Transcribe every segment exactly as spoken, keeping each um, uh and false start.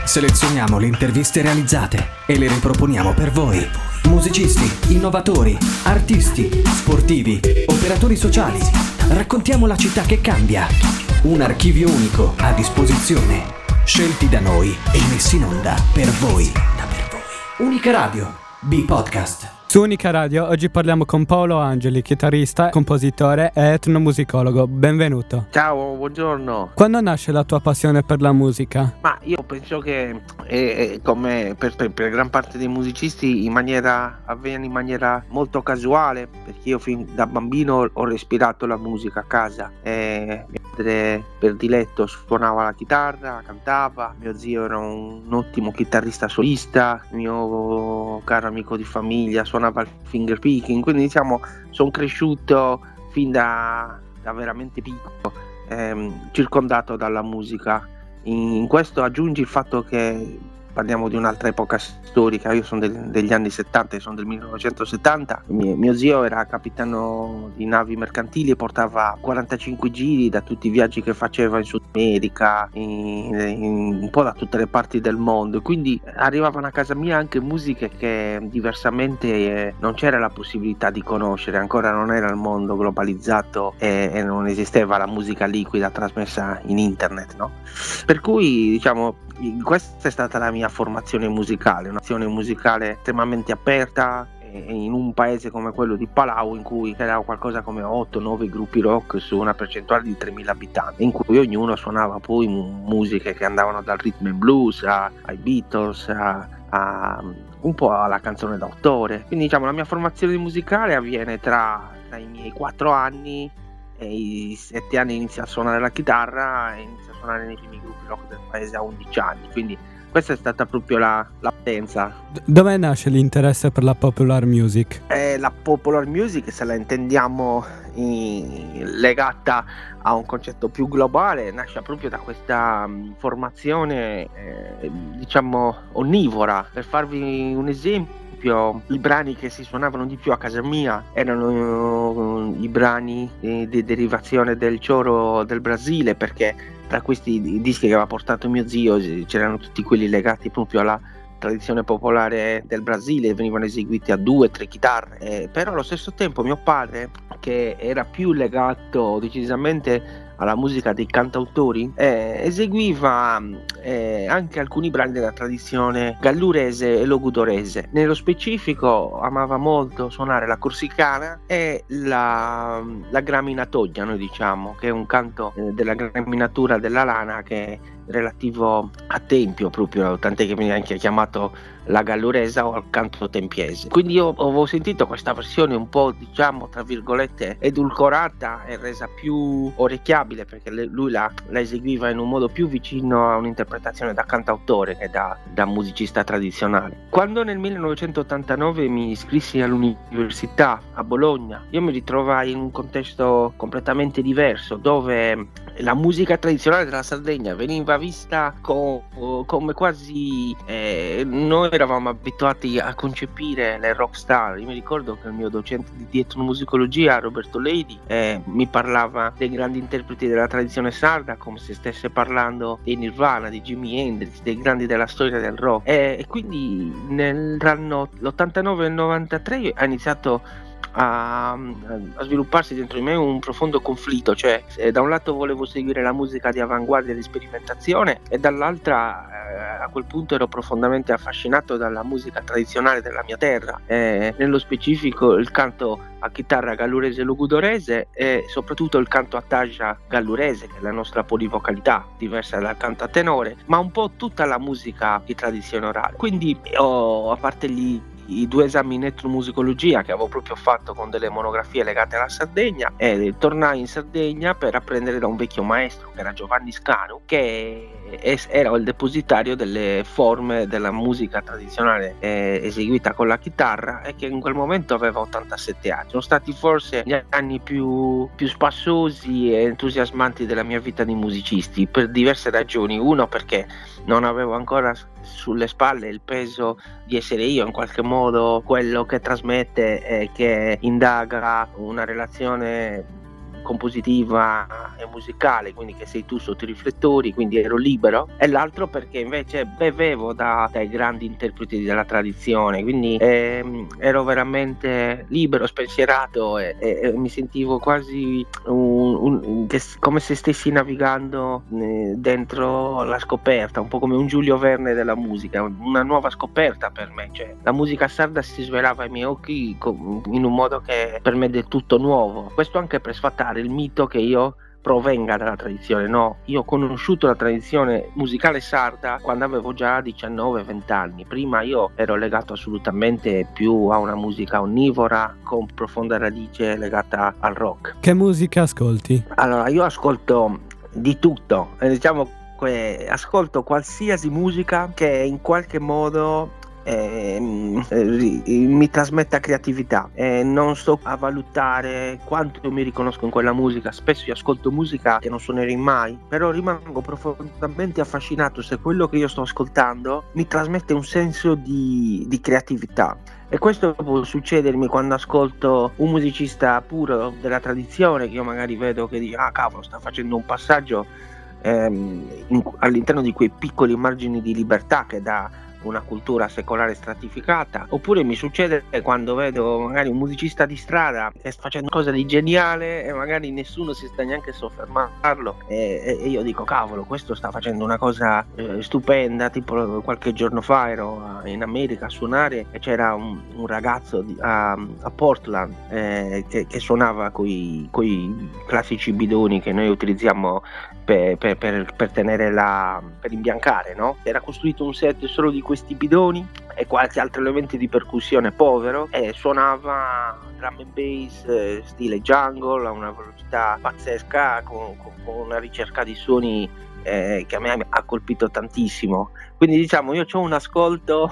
Selezioniamo le interviste realizzate e le riproponiamo per voi. Musicisti, innovatori, artisti, sportivi, operatori sociali. Raccontiamo la città che cambia. Un archivio unico a disposizione. Scelti da noi e messi in onda per voi. Unica Radio, B-Podcast. Su Unica Radio oggi parliamo con Paolo Angeli, chitarrista, compositore e etnomusicologo. Benvenuto. Ciao, buongiorno. Quando nasce la tua passione per la musica? Ma io penso che è come per, per, per gran parte dei musicisti in maniera avviene in maniera molto casuale, perché io fin da bambino ho respirato la musica a casa. E mio padre per diletto suonava la chitarra, cantava, mio zio era un, un ottimo chitarrista solista, mio caro amico di famiglia suonava il finger picking, quindi diciamo sono cresciuto fin da, da veramente piccolo ehm, circondato dalla musica. In, in questo aggiungi il fatto che parliamo di un'altra epoca storica, io sono del, degli anni settanta, io sono del millenovecentosettanta, mio, mio zio era capitano di navi mercantili e portava quarantacinque giri da tutti i viaggi che faceva in Sud America, in, in, un po' da tutte le parti del mondo, quindi arrivavano a casa mia anche musiche che diversamente eh, non c'era la possibilità di conoscere, ancora non era il mondo globalizzato e, e non esisteva la musica liquida trasmessa in internet, no? Per cui diciamo questa è stata la mia formazione musicale, un'azione musicale estremamente aperta in un paese come quello di Palau, in cui c'era qualcosa come otto nove gruppi rock su una percentuale di tremila abitanti, in cui ognuno suonava poi musiche che andavano dal rhythm and blues a, ai Beatles a, a un po' alla canzone d'autore. Quindi diciamo la mia formazione musicale avviene tra, tra i miei quattro anni e i sette anni inizio a suonare la chitarra e inizio a suonare nei primi gruppi rock del paese a undici anni, quindi questa è stata proprio la, la partenza. D- dove nasce l'interesse per la popular music? Eh, la popular music, se la intendiamo in, legata a un concetto più globale, nasce proprio da questa um, formazione eh, diciamo onnivora. Per farvi un esempio, i brani che si suonavano di più a casa mia erano uh, i brani di, di derivazione del choro del Brasile, perché tra questi dischi che aveva portato mio zio c'erano tutti quelli legati proprio alla tradizione popolare del Brasile, venivano eseguiti a due, tre chitarre, eh, però allo stesso tempo mio padre, che era più legato decisamente alla musica dei cantautori, eh, eseguiva eh, anche alcuni brani della tradizione gallurese e logudorese. Nello specifico amava molto suonare la corsicana e la, la graminatoia, noi diciamo, che è un canto eh, della graminatura della lana che è relativo a tempio proprio, tant'è che viene anche chiamato la galluresa o il canto tempiese. Quindi io avevo sentito questa versione un po', diciamo, tra virgolette edulcorata e resa più orecchiabile, perché lui la, la eseguiva in un modo più vicino a un'interpretazione da cantautore che da, da musicista tradizionale. Quando nel millenovecentottantanove mi iscrissi all'università a Bologna, io mi ritrovai in un contesto completamente diverso, dove la musica tradizionale della Sardegna veniva vista co- come quasi eh, noi eravamo abituati a concepire le rock star. Io mi ricordo che il mio docente di etnomusicologia, Roberto Leidi, eh, mi parlava dei grandi interpreti della tradizione sarda come se stesse parlando dei Nirvana, di Jimi Hendrix, dei grandi della storia del rock, e, e quindi nell'anno l'ottantanove e il novantatré ha iniziato A, a svilupparsi dentro di me un profondo conflitto, cioè eh, da un lato volevo seguire la musica di avanguardia e di sperimentazione e dall'altra eh, a quel punto ero profondamente affascinato dalla musica tradizionale della mia terra, eh, nello specifico il canto a chitarra gallurese e logudorese e soprattutto il canto a taglia gallurese, che è la nostra polivocalità diversa dal canto a tenore, ma un po' tutta la musica di tradizione orale. Quindi ho, a parte gli i due esami in etnomusicologia che avevo proprio fatto con delle monografie legate alla Sardegna, e tornai in Sardegna per apprendere da un vecchio maestro che era Giovanni Scanu, che era il depositario delle forme della musica tradizionale eh, eseguita con la chitarra, e che in quel momento aveva ottantasette anni. Sono stati forse gli anni più, più spassosi e entusiasmanti della mia vita di musicisti, per diverse ragioni. Uno, perché non avevo ancora sulle spalle il peso di essere io in qualche modo quello che trasmette e che indaga una relazione compositiva e musicale, quindi che sei tu sotto i riflettori, quindi ero libero, e l'altro perché invece bevevo da, dai grandi interpreti della tradizione, quindi ehm, ero veramente libero, spensierato e, e, e mi sentivo quasi un, un, un, come se stessi navigando eh, dentro la scoperta, un po' come un Giulio Verne della musica, una nuova scoperta per me, cioè la musica sarda si svelava ai miei occhi in un modo che per me è del tutto nuovo. Questo anche per sfatare il mito che io provenga dalla tradizione. No, io ho conosciuto la tradizione musicale sarda quando avevo già diciannove venti anni. Prima io ero legato assolutamente più a una musica onnivora con profonda radice legata al rock. Che musica ascolti? Allora, io ascolto di tutto, eh, diciamo che ascolto qualsiasi musica che in qualche modo Eh, mi trasmetta creatività, e non sto a valutare quanto mi riconosco in quella musica. Spesso io ascolto musica che non suonerei mai, però rimango profondamente affascinato se quello che io sto ascoltando mi trasmette un senso di, di creatività. E questo può succedermi quando ascolto un musicista puro della tradizione, che io magari vedo che dice ah cavolo, sta facendo un passaggio ehm, in, all'interno di quei piccoli margini di libertà che dà una cultura secolare stratificata. Oppure mi succede quando vedo magari un musicista di strada che sta facendo qualcosa di geniale e magari nessuno si sta neanche a soffermarlo, e, e io dico cavolo, questo sta facendo una cosa eh, stupenda. Tipo qualche giorno fa ero in America a suonare e c'era un, un ragazzo di, a, a Portland eh, che, che suonava coi, coi classici bidoni che noi utilizziamo per, per, per, per tenere la per imbiancare, no? Era costruito un set solo di questi bidoni e qualche altro elemento di percussione povero, e suonava drum and bass eh, stile jungle a una velocità pazzesca, con, con, con una ricerca di suoni eh, che a me ha colpito tantissimo. Quindi diciamo io ho un ascolto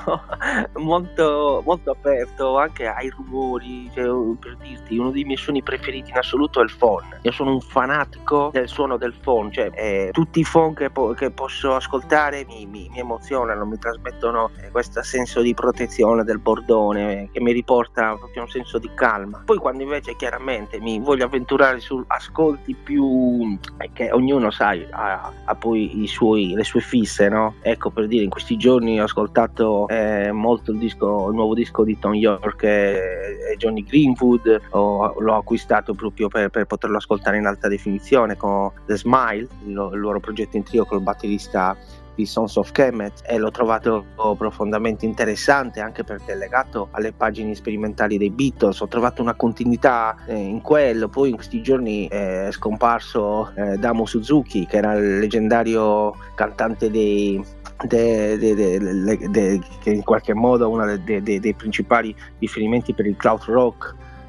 molto, molto aperto anche ai rumori, cioè, per dirti, uno dei miei suoni preferiti in assoluto è il phon. Io sono un fanatico del suono del phon, cioè eh, tutti i phon che, po- che posso ascoltare mi, mi, mi emozionano, mi trasmettono eh, questo senso di protezione del bordone eh, che mi riporta proprio un senso di calma. Poi quando invece chiaramente mi voglio avventurare su ascolti più eh, che ognuno sai ha, ha poi i suoi, le sue fisse, no? Ecco, per dire, in questi giorni ho ascoltato eh, molto il disco, il nuovo disco di Tom York e, e Johnny Greenwood. Ho, l'ho acquistato proprio per, per poterlo ascoltare in alta definizione con The Smile, il, il loro progetto in trio col batterista di Sons of Kemet, e l'ho trovato profondamente interessante anche perché è legato alle pagine sperimentali dei Beatles. Ho trovato una continuità eh, in quello. Poi in questi giorni è scomparso eh, Damo Suzuki, che era il leggendario cantante dei De, de, de, de, de, che in qualche modo è uno dei de, de principali riferimenti per il cloud rock,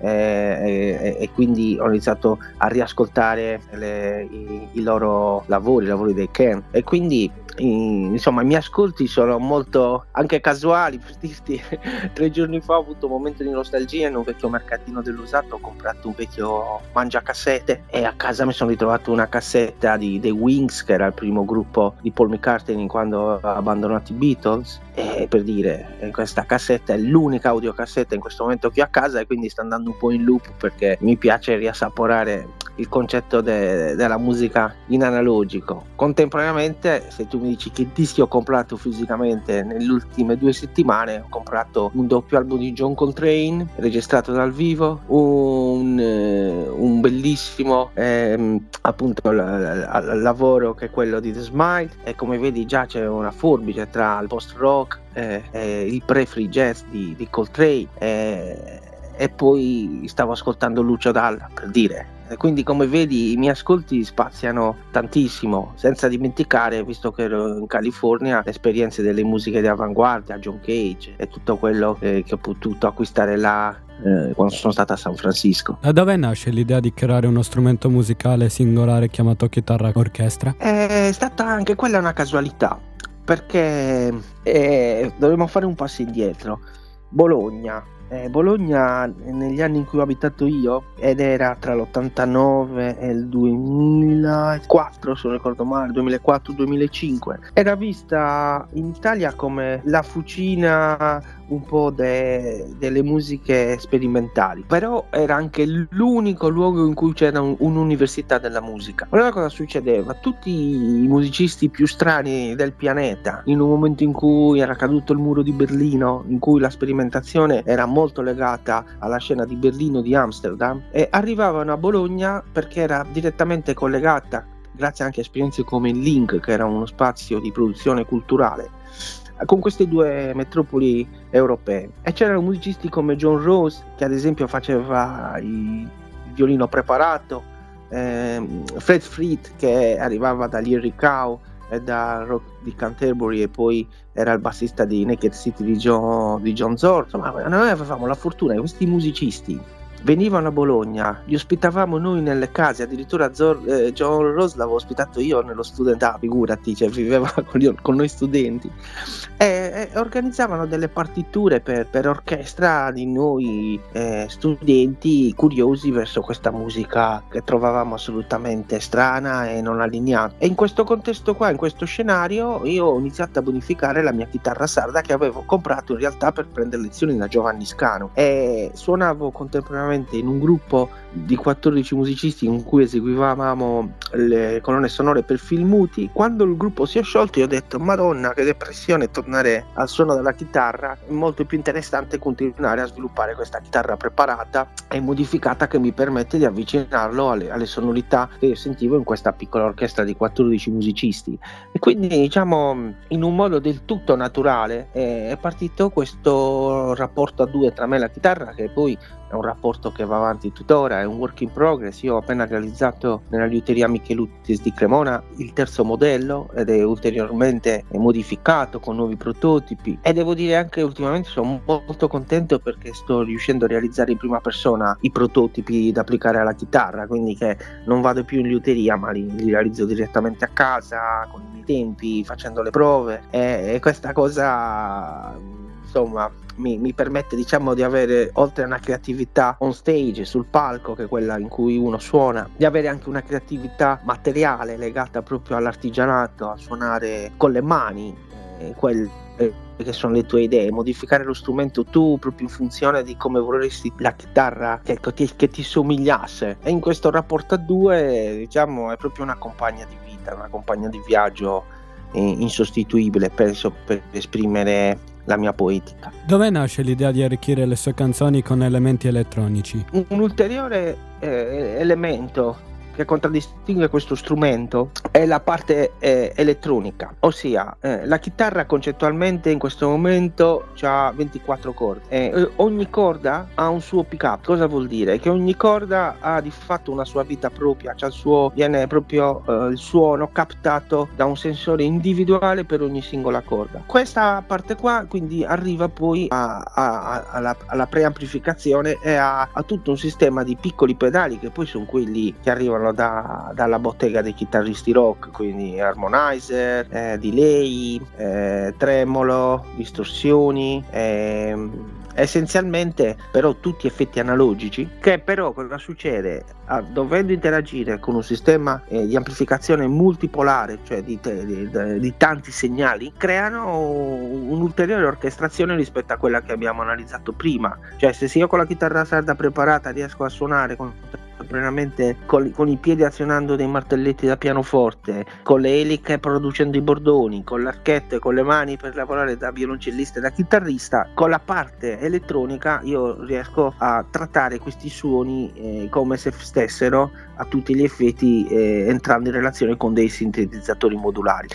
eh, e, e quindi ho iniziato a riascoltare le, i, i loro lavori, i lavori dei Ken, e quindi in, insomma i miei ascolti sono molto anche casuali. Per dirti, tre giorni fa ho avuto un momento di nostalgia in un vecchio mercatino dell'usato, ho comprato un vecchio mangiacassette e a casa mi sono ritrovato una cassetta di The Wings, che era il primo gruppo di Paul McCartney quando ha abbandonato i Beatles, e per dire questa cassetta è l'unica audiocassetta in questo momento che ho a casa, e quindi sta andando un po' in loop perché mi piace riassaporare il concetto de- della musica in analogico. Contemporaneamente, se tu mi dici che dischi ho comprato fisicamente nelle ultime due settimane, ho comprato un doppio album di John Coltrane registrato dal vivo, un, eh, un bellissimo ehm, appunto l- l- l- lavoro che è quello di The Smile, e come vedi già c'è una forbice tra il post rock e, e il pre-free jazz di, di Coltrane, e, e poi stavo ascoltando Lucio Dalla, per dire. Quindi come vedi i miei ascolti spaziano tantissimo, senza dimenticare, visto che ero in California, le esperienze delle musiche di avanguardia, John Cage e tutto quello che, che ho potuto acquistare là eh, quando sono stato a San Francisco. Da dove nasce l'idea di creare uno strumento musicale singolare chiamato chitarra orchestra? È stata anche quella una casualità, perché eh, dovremmo fare un passo indietro. Bologna, Eh, Bologna negli anni in cui ho abitato io, ed era tra l'ottantanove e il duemilaquattro, se non ricordo male, duemilaquattro duemilacinque, era vista in Italia come la fucina un po' de- delle musiche sperimentali, però era anche l'unico luogo in cui c'era un- un'università della musica. Allora cosa succedeva? Tutti i musicisti più strani del pianeta, in un momento in cui era caduto il muro di Berlino, in cui la sperimentazione era molto legata alla scena di Berlino, di Amsterdam, e arrivavano a Bologna perché era direttamente collegata, grazie anche a esperienze come il Link, che era uno spazio di produzione culturale, con queste due metropoli europee. E c'erano musicisti come John Rose, che ad esempio faceva il violino preparato, ehm, Fred Frith, che arrivava dagli Henry Cow e dal rock di Canterbury, e poi era il bassista di Naked City di John, di John Zorn. Insomma, noi avevamo la fortuna che questi musicisti venivano a Bologna, li ospitavamo noi nelle case, addirittura Zor, eh, John Rose l'avevo ospitato io nello student hub, figurati, cioè viveva con, io, con noi studenti, e, e organizzavano delle partiture per, per orchestra di noi eh, studenti curiosi verso questa musica che trovavamo assolutamente strana e non allineata. E in questo contesto qua, in questo scenario, io ho iniziato a bonificare la mia chitarra sarda, che avevo comprato in realtà per prendere lezioni da Giovanni Scano, e suonavo contemporaneamente in un gruppo di quattordici musicisti in cui eseguivamo le colonne sonore per film muti. Quando il gruppo si è sciolto, io ho detto: Madonna, che depressione tornare al suono della chitarra, è molto più interessante continuare a sviluppare questa chitarra preparata e modificata, che mi permette di avvicinarlo alle, alle sonorità che io sentivo in questa piccola orchestra di quattordici musicisti. E quindi, diciamo, in un modo del tutto naturale è partito questo rapporto a due tra me e la chitarra, che poi è un rapporto che va avanti tuttora, è un work in progress. Io ho appena realizzato nella liuteria Michelutis di Cremona il terzo modello, ed è ulteriormente modificato con nuovi prototipi, e devo dire anche ultimamente sono molto contento perché sto riuscendo a realizzare in prima persona i prototipi da applicare alla chitarra, quindi che non vado più in liuteria, ma li, li realizzo direttamente a casa con i miei tempi, facendo le prove, e, e questa cosa, insomma, Mi, mi permette, diciamo, di avere, oltre a una creatività on stage, sul palco, che è quella in cui uno suona, di avere anche una creatività materiale legata proprio all'artigianato, a suonare con le mani eh, quelle che sono le tue idee, modificare lo strumento tu proprio in funzione di come vorresti la chitarra che, che, ti, che ti somigliasse. E in questo rapporto a due, diciamo, è proprio una compagna di vita, una compagna di viaggio eh, insostituibile, penso, per esprimere la mia poetica. Dove nasce l'idea di arricchire le sue canzoni con elementi elettronici? Un, un ulteriore eh, elemento che contraddistingue questo strumento è la parte eh, elettronica, ossia eh, la chitarra concettualmente in questo momento ha ventiquattro corde, eh, ogni corda ha un suo pick up. Cosa vuol dire? Che ogni corda ha di fatto una sua vita propria, cioè il suo, viene proprio eh, il suono captato da un sensore individuale per ogni singola corda. Questa parte qua quindi arriva poi a, a, a, alla, alla preamplificazione e a, a tutto un sistema di piccoli pedali, che poi sono quelli che arrivano Da, dalla bottega dei chitarristi rock, quindi harmonizer, eh, delay, eh, tremolo, distorsioni, eh, essenzialmente però tutti effetti analogici, che però cosa succede? Ah, dovendo interagire con un sistema eh, di amplificazione multipolare, cioè di, te, di, di tanti segnali, creano un'ulteriore orchestrazione rispetto a quella che abbiamo analizzato prima. Cioè, se io con la chitarra sarda preparata riesco a suonare con plenamente con, con i piedi azionando dei martelletti da pianoforte, con le eliche producendo i bordoni, con l'archetto e con le mani per lavorare da violoncellista e da chitarrista, con la parte elettronica io riesco a trattare questi suoni eh, come se stessero a tutti gli effetti eh, entrando in relazione con dei sintetizzatori modulari.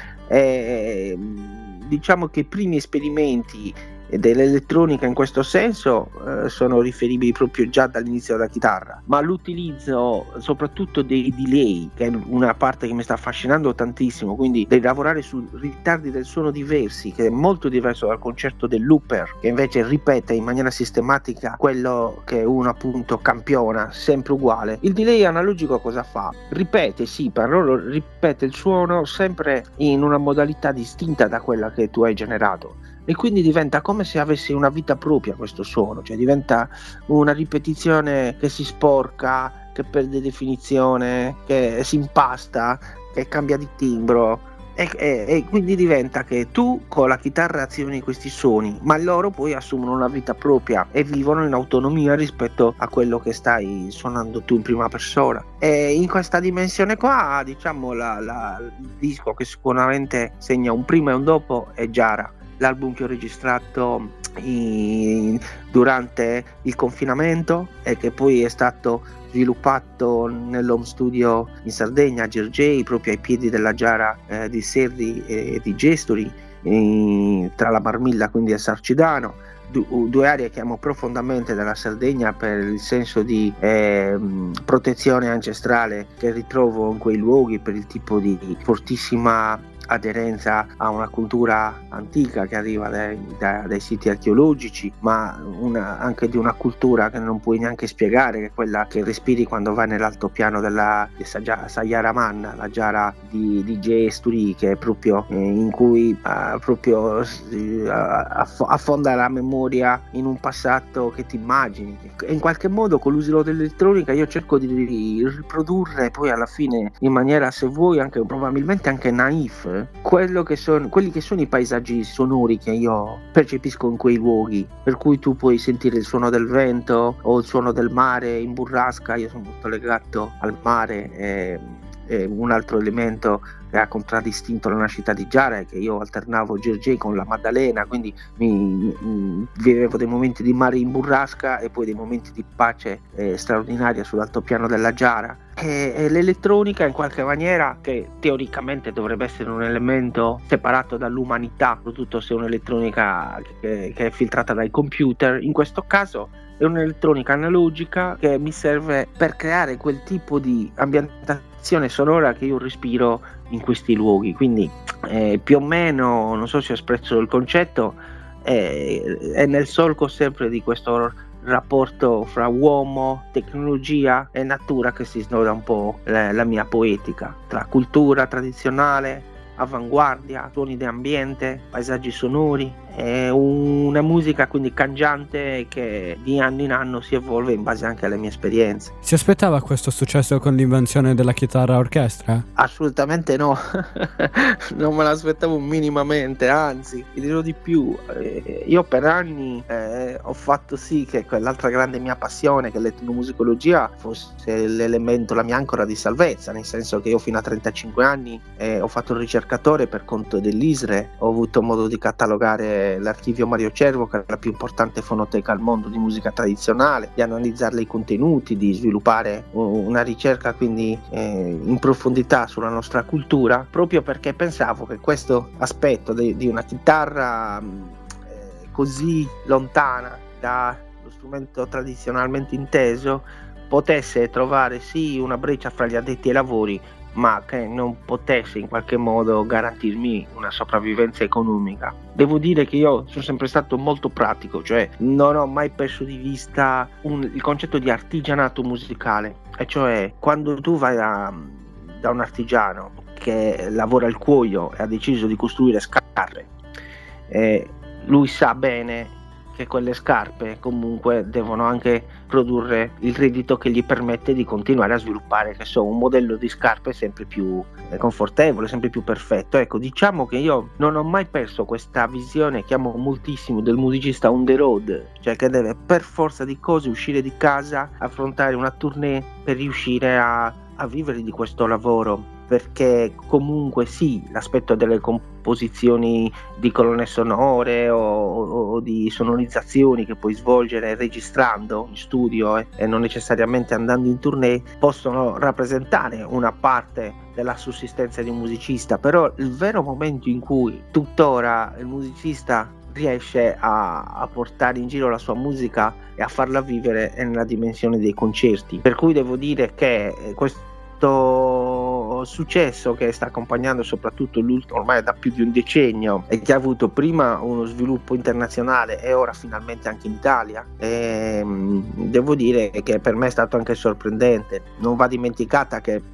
Eh, diciamo che i primi esperimenti dell'elettronica in questo senso eh, sono riferibili proprio già dall'inizio della chitarra, ma l'utilizzo soprattutto dei delay, che è una parte che mi sta affascinando tantissimo, quindi di lavorare su ritardi del suono diversi, che è molto diverso dal concetto del looper, che invece ripete in maniera sistematica quello che uno appunto campiona, sempre uguale. Il delay analogico cosa fa? Ripete, sì, però ripete il suono sempre in una modalità distinta da quella che tu hai generato. e quindi diventa come se avesse una vita propria questo suono, cioè diventa una ripetizione che si sporca, che perde definizione, che si impasta, che cambia di timbro. E, e, e quindi diventa che tu con la chitarra azioni questi suoni, ma loro poi assumono una vita propria e vivono in autonomia rispetto a quello che stai suonando tu in prima persona. E in questa dimensione qua, diciamo, la, la, il disco che sicuramente segna un prima e un dopo è Jara, l'album che ho registrato in, durante il confinamento e che poi è stato sviluppato nell'home studio in Sardegna a Gergei, proprio ai piedi della Jara eh, di Serri e di Gesturi, in, tra la Marmilla quindi e Sarcidano, du, due aree che amo profondamente della Sardegna per il senso di eh, protezione ancestrale che ritrovo in quei luoghi, per il tipo di fortissima aderenza a una cultura antica che arriva dai, dai, dai siti archeologici, ma una, anche di una cultura che non puoi neanche spiegare, che è quella che respiri quando vai nell'altopiano della Sajara Manna, la Jara di, di Gesturi, che è proprio eh, in cui uh, proprio uh, affonda la memoria in un passato che ti immagini, e in qualche modo con l'uso dell'elettronica io cerco di riprodurre poi alla fine in maniera, se vuoi, anche probabilmente anche naif, quello che sono quelli che sono i paesaggi sonori che io percepisco in quei luoghi, per cui tu puoi sentire il suono del vento o il suono del mare in burrasca. Io sono molto legato al mare, e, e un altro elemento che ha contraddistinto la nascita di Jara è che io alternavo Gergei con la Maddalena, quindi mi, mi, vivevo dei momenti di mare in burrasca e poi dei momenti di pace eh, straordinaria sull'altopiano della Jara. E, e l'elettronica, in qualche maniera, che teoricamente dovrebbe essere un elemento separato dall'umanità, soprattutto se è un'elettronica che, che è filtrata dai computer, in questo caso è un'elettronica analogica che mi serve per creare quel tipo di ambientazione sonora che io respiro in questi luoghi. Quindi eh, più o meno, non so se ho espresso il concetto, eh, è nel solco sempre di questo rapporto fra uomo, tecnologia e natura che si snoda un po' la, la mia poetica, tra cultura tradizionale, avanguardia, suoni di ambiente, paesaggi sonori. È una musica quindi cangiante che di anno in anno si evolve in base anche alle mie esperienze. Si aspettava questo successo con l'invenzione della chitarra a orchestra? Assolutamente no, non me l'aspettavo minimamente, anzi, ti dirò di più, eh, io per anni eh, ho fatto sì che quell'altra grande mia passione, che è l'etnomusicologia, fosse l'elemento, la mia ancora di salvezza, nel senso che io fino a trentacinque anni eh, ho fatto il ricercatore per conto dell'I S R E, ho avuto modo di catalogare l'archivio Mario Cervo, che è la più importante fonoteca al mondo di musica tradizionale, di analizzarle i contenuti, di sviluppare una ricerca quindi eh, in profondità sulla nostra cultura, proprio perché pensavo che questo aspetto de- di una chitarra eh, così lontana dallo strumento tradizionalmente inteso potesse trovare sì una breccia fra gli addetti ai lavori, ma che non potesse in qualche modo garantirmi una sopravvivenza economica. Devo dire che io sono sempre stato molto pratico, cioè non ho mai perso di vista un, il concetto di artigianato musicale, e cioè quando tu vai a, da un artigiano che lavora il cuoio e ha deciso di costruire scarpe, eh, lui sa bene che quelle scarpe comunque devono anche produrre il reddito che gli permette di continuare a sviluppare, che so, un modello di scarpe sempre più confortevole, sempre più perfetto. Ecco, diciamo che io non ho mai perso questa visione che amo moltissimo del musicista on the road, cioè che deve per forza di cose uscire di casa, affrontare una tournée per riuscire a, a vivere di questo lavoro, perché comunque sì, l'aspetto delle composizioni di colonne sonore o, o, o di sonorizzazioni che puoi svolgere registrando in studio eh, e non necessariamente andando in tournée possono rappresentare una parte della sussistenza di un musicista, però il vero momento in cui tuttora il musicista riesce a, a portare in giro la sua musica e a farla vivere è nella dimensione dei concerti, per cui devo dire che questo successo che sta accompagnando soprattutto l'ultimo, ormai da più di un decennio, e che ha avuto prima uno sviluppo internazionale e ora finalmente anche in Italia, e devo dire che per me è stato anche sorprendente. Non va dimenticata che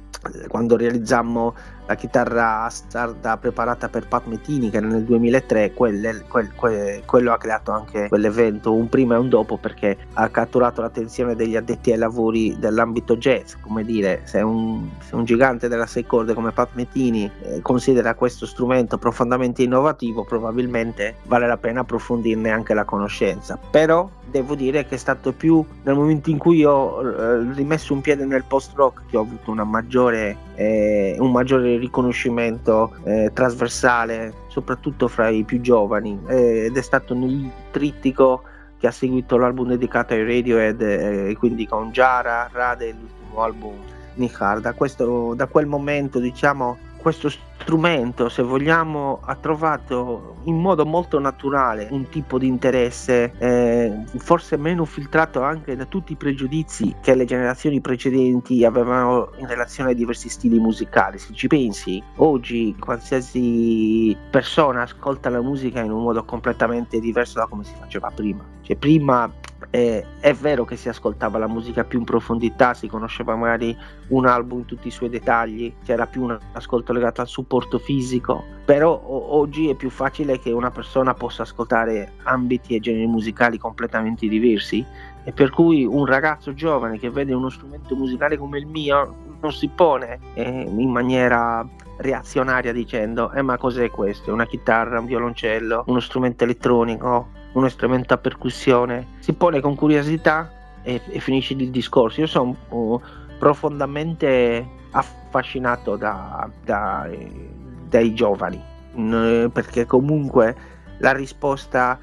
quando realizzammo la chitarra sarda preparata per Pat Metheny, che era nel duemilatré, quelle, quel, quel, quello ha creato anche quell'evento, un prima e un dopo, perché ha catturato l'attenzione degli addetti ai lavori dell'ambito jazz. Come dire, se un, se un gigante della sei corde come Pat Metheny eh, considera questo strumento profondamente innovativo, probabilmente vale la pena approfondirne anche la conoscenza. Però devo dire che è stato più nel momento in cui ho eh, rimesso un piede nel post rock che ho avuto una maggiore, eh, un maggiore riconoscimento eh, trasversale, soprattutto fra i più giovani, eh, ed è stato nel trittico che ha seguito l'album dedicato ai Radiohead, e eh, quindi con Jara, Rade, l'ultimo album Nikhar. Da, questo, da quel momento, diciamo, questo strumento, se vogliamo, ha trovato in modo molto naturale un tipo di interesse, eh, forse meno filtrato anche da tutti i pregiudizi che le generazioni precedenti avevano in relazione ai diversi stili musicali. Se ci pensi, oggi qualsiasi persona ascolta la musica in un modo completamente diverso da come si faceva prima. Cioè, prima Eh, è vero che si ascoltava la musica più in profondità, si conosceva magari un album in tutti i suoi dettagli, c'era più un ascolto legato al supporto fisico, però o- oggi è più facile che una persona possa ascoltare ambiti e generi musicali completamente diversi, e per cui un ragazzo giovane che vede uno strumento musicale come il mio non si pone eh, in maniera reazionaria dicendo eh ma cos'è questo? Una chitarra, un violoncello, uno strumento elettronico, uno strumento a percussione. Si pone con curiosità e, e finisce il discorso. Io sono uh, profondamente affascinato da, da, eh, dai giovani, mh, perché comunque la risposta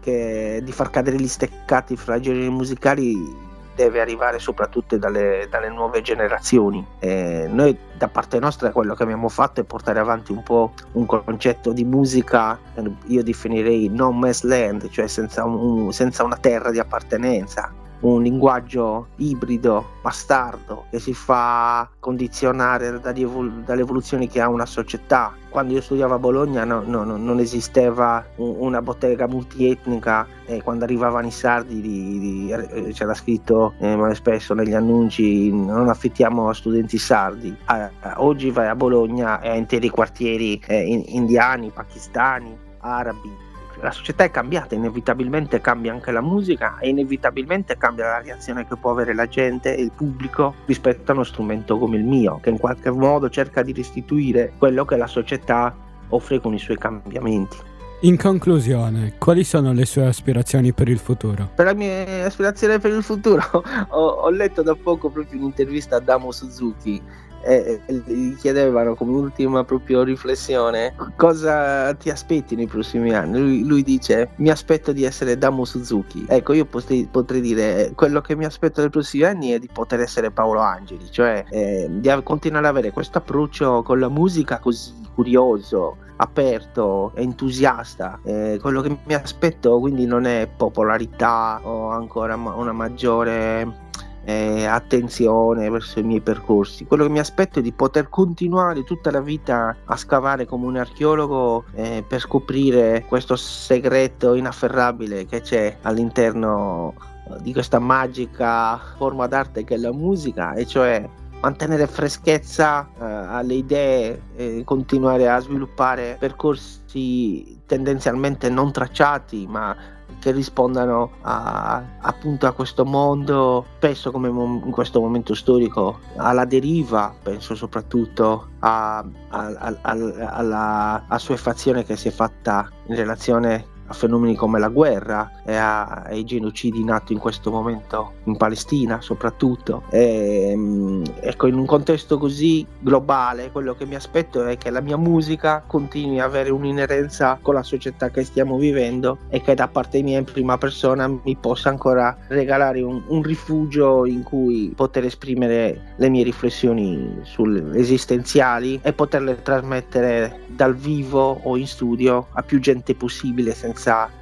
che di far cadere gli steccati fra i generi musicali deve arrivare soprattutto dalle, dalle nuove generazioni. Eh, noi da parte nostra quello che abbiamo fatto è portare avanti un po' un concetto di musica, io definirei no man's land, cioè senza, un, senza una terra di appartenenza, un linguaggio ibrido, bastardo, che si fa condizionare dagli evol- dalle evoluzioni che ha una società. Quando io studiavo a Bologna no, no, no, non esisteva un, una bottega multietnica, e quando arrivavano i sardi di, di, eh, c'era scritto eh, spesso negli annunci non affittiamo a studenti sardi. Ah, oggi vai a Bologna e hai interi quartieri eh, in, indiani, pakistani, arabi. La società è cambiata, inevitabilmente cambia anche la musica e inevitabilmente cambia la reazione che può avere la gente e il pubblico rispetto a uno strumento come il mio, che in qualche modo cerca di restituire quello che la società offre con i suoi cambiamenti. In conclusione, quali sono le sue aspirazioni per il futuro? Per la mia aspirazione per il futuro ho, ho letto da poco proprio un'intervista a Adamo Suzuki e gli chiedevano come ultima proprio riflessione cosa ti aspetti nei prossimi anni. Lui, lui dice mi aspetto di essere Adamo Suzuki. Ecco, io potrei, potrei dire quello che mi aspetto nei prossimi anni è di poter essere Paolo Angeli, cioè eh, di continuare ad avere questo approccio con la musica così curioso, aperto, entusiasta. Eh, quello che mi aspetto quindi non è popolarità o ancora ma- una maggiore Eh, attenzione verso i miei percorsi. Quello che mi aspetto è di poter continuare tutta la vita a scavare come un archeologo eh, per scoprire questo segreto inafferrabile che c'è all'interno di questa magica forma d'arte che è la musica, e cioè mantenere freschezza eh, alle idee e continuare a sviluppare percorsi tendenzialmente non tracciati ma che rispondano a, appunto a questo mondo, spesso come in questo momento storico alla deriva. Penso soprattutto a, a, a, a, alla assuefazione che si è fatta in relazione a fenomeni come la guerra e a, ai genocidi nati in questo momento in Palestina soprattutto. E, ecco, in un contesto così globale quello che mi aspetto è che la mia musica continui a avere un'inerenza con la società che stiamo vivendo e che da parte mia in prima persona mi possa ancora regalare un, un rifugio in cui poter esprimere le mie riflessioni sul, esistenziali e poterle trasmettere dal vivo o in studio a più gente possibile senza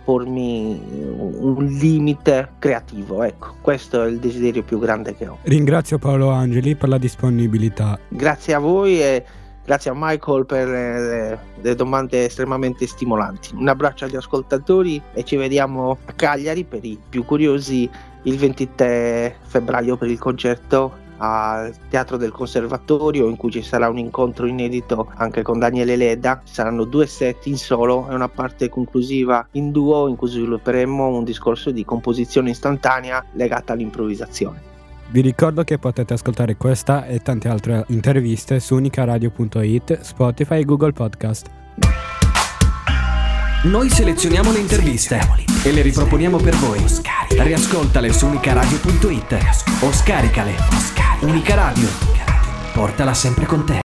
pormi un limite creativo. Ecco, questo è il desiderio più grande che ho. Ringrazio Paolo Angeli per la disponibilità. Grazie a voi e grazie a Michael per le, le domande estremamente stimolanti. Un abbraccio agli ascoltatori e ci vediamo a Cagliari per i più curiosi il ventitré febbraio per il concerto al Teatro del Conservatorio, in cui ci sarà un incontro inedito anche con Daniele Ledda. Ci saranno due set in solo e una parte conclusiva in duo, in cui svilupperemo un discorso di composizione istantanea legata all'improvvisazione. Vi ricordo che potete ascoltare questa e tante altre interviste su unicaradio punto it, Spotify e Google Podcast. Noi selezioniamo le interviste e le riproponiamo per voi. Riascoltale su unicaradio punto it o scaricale. Unica Radio, portala sempre con te.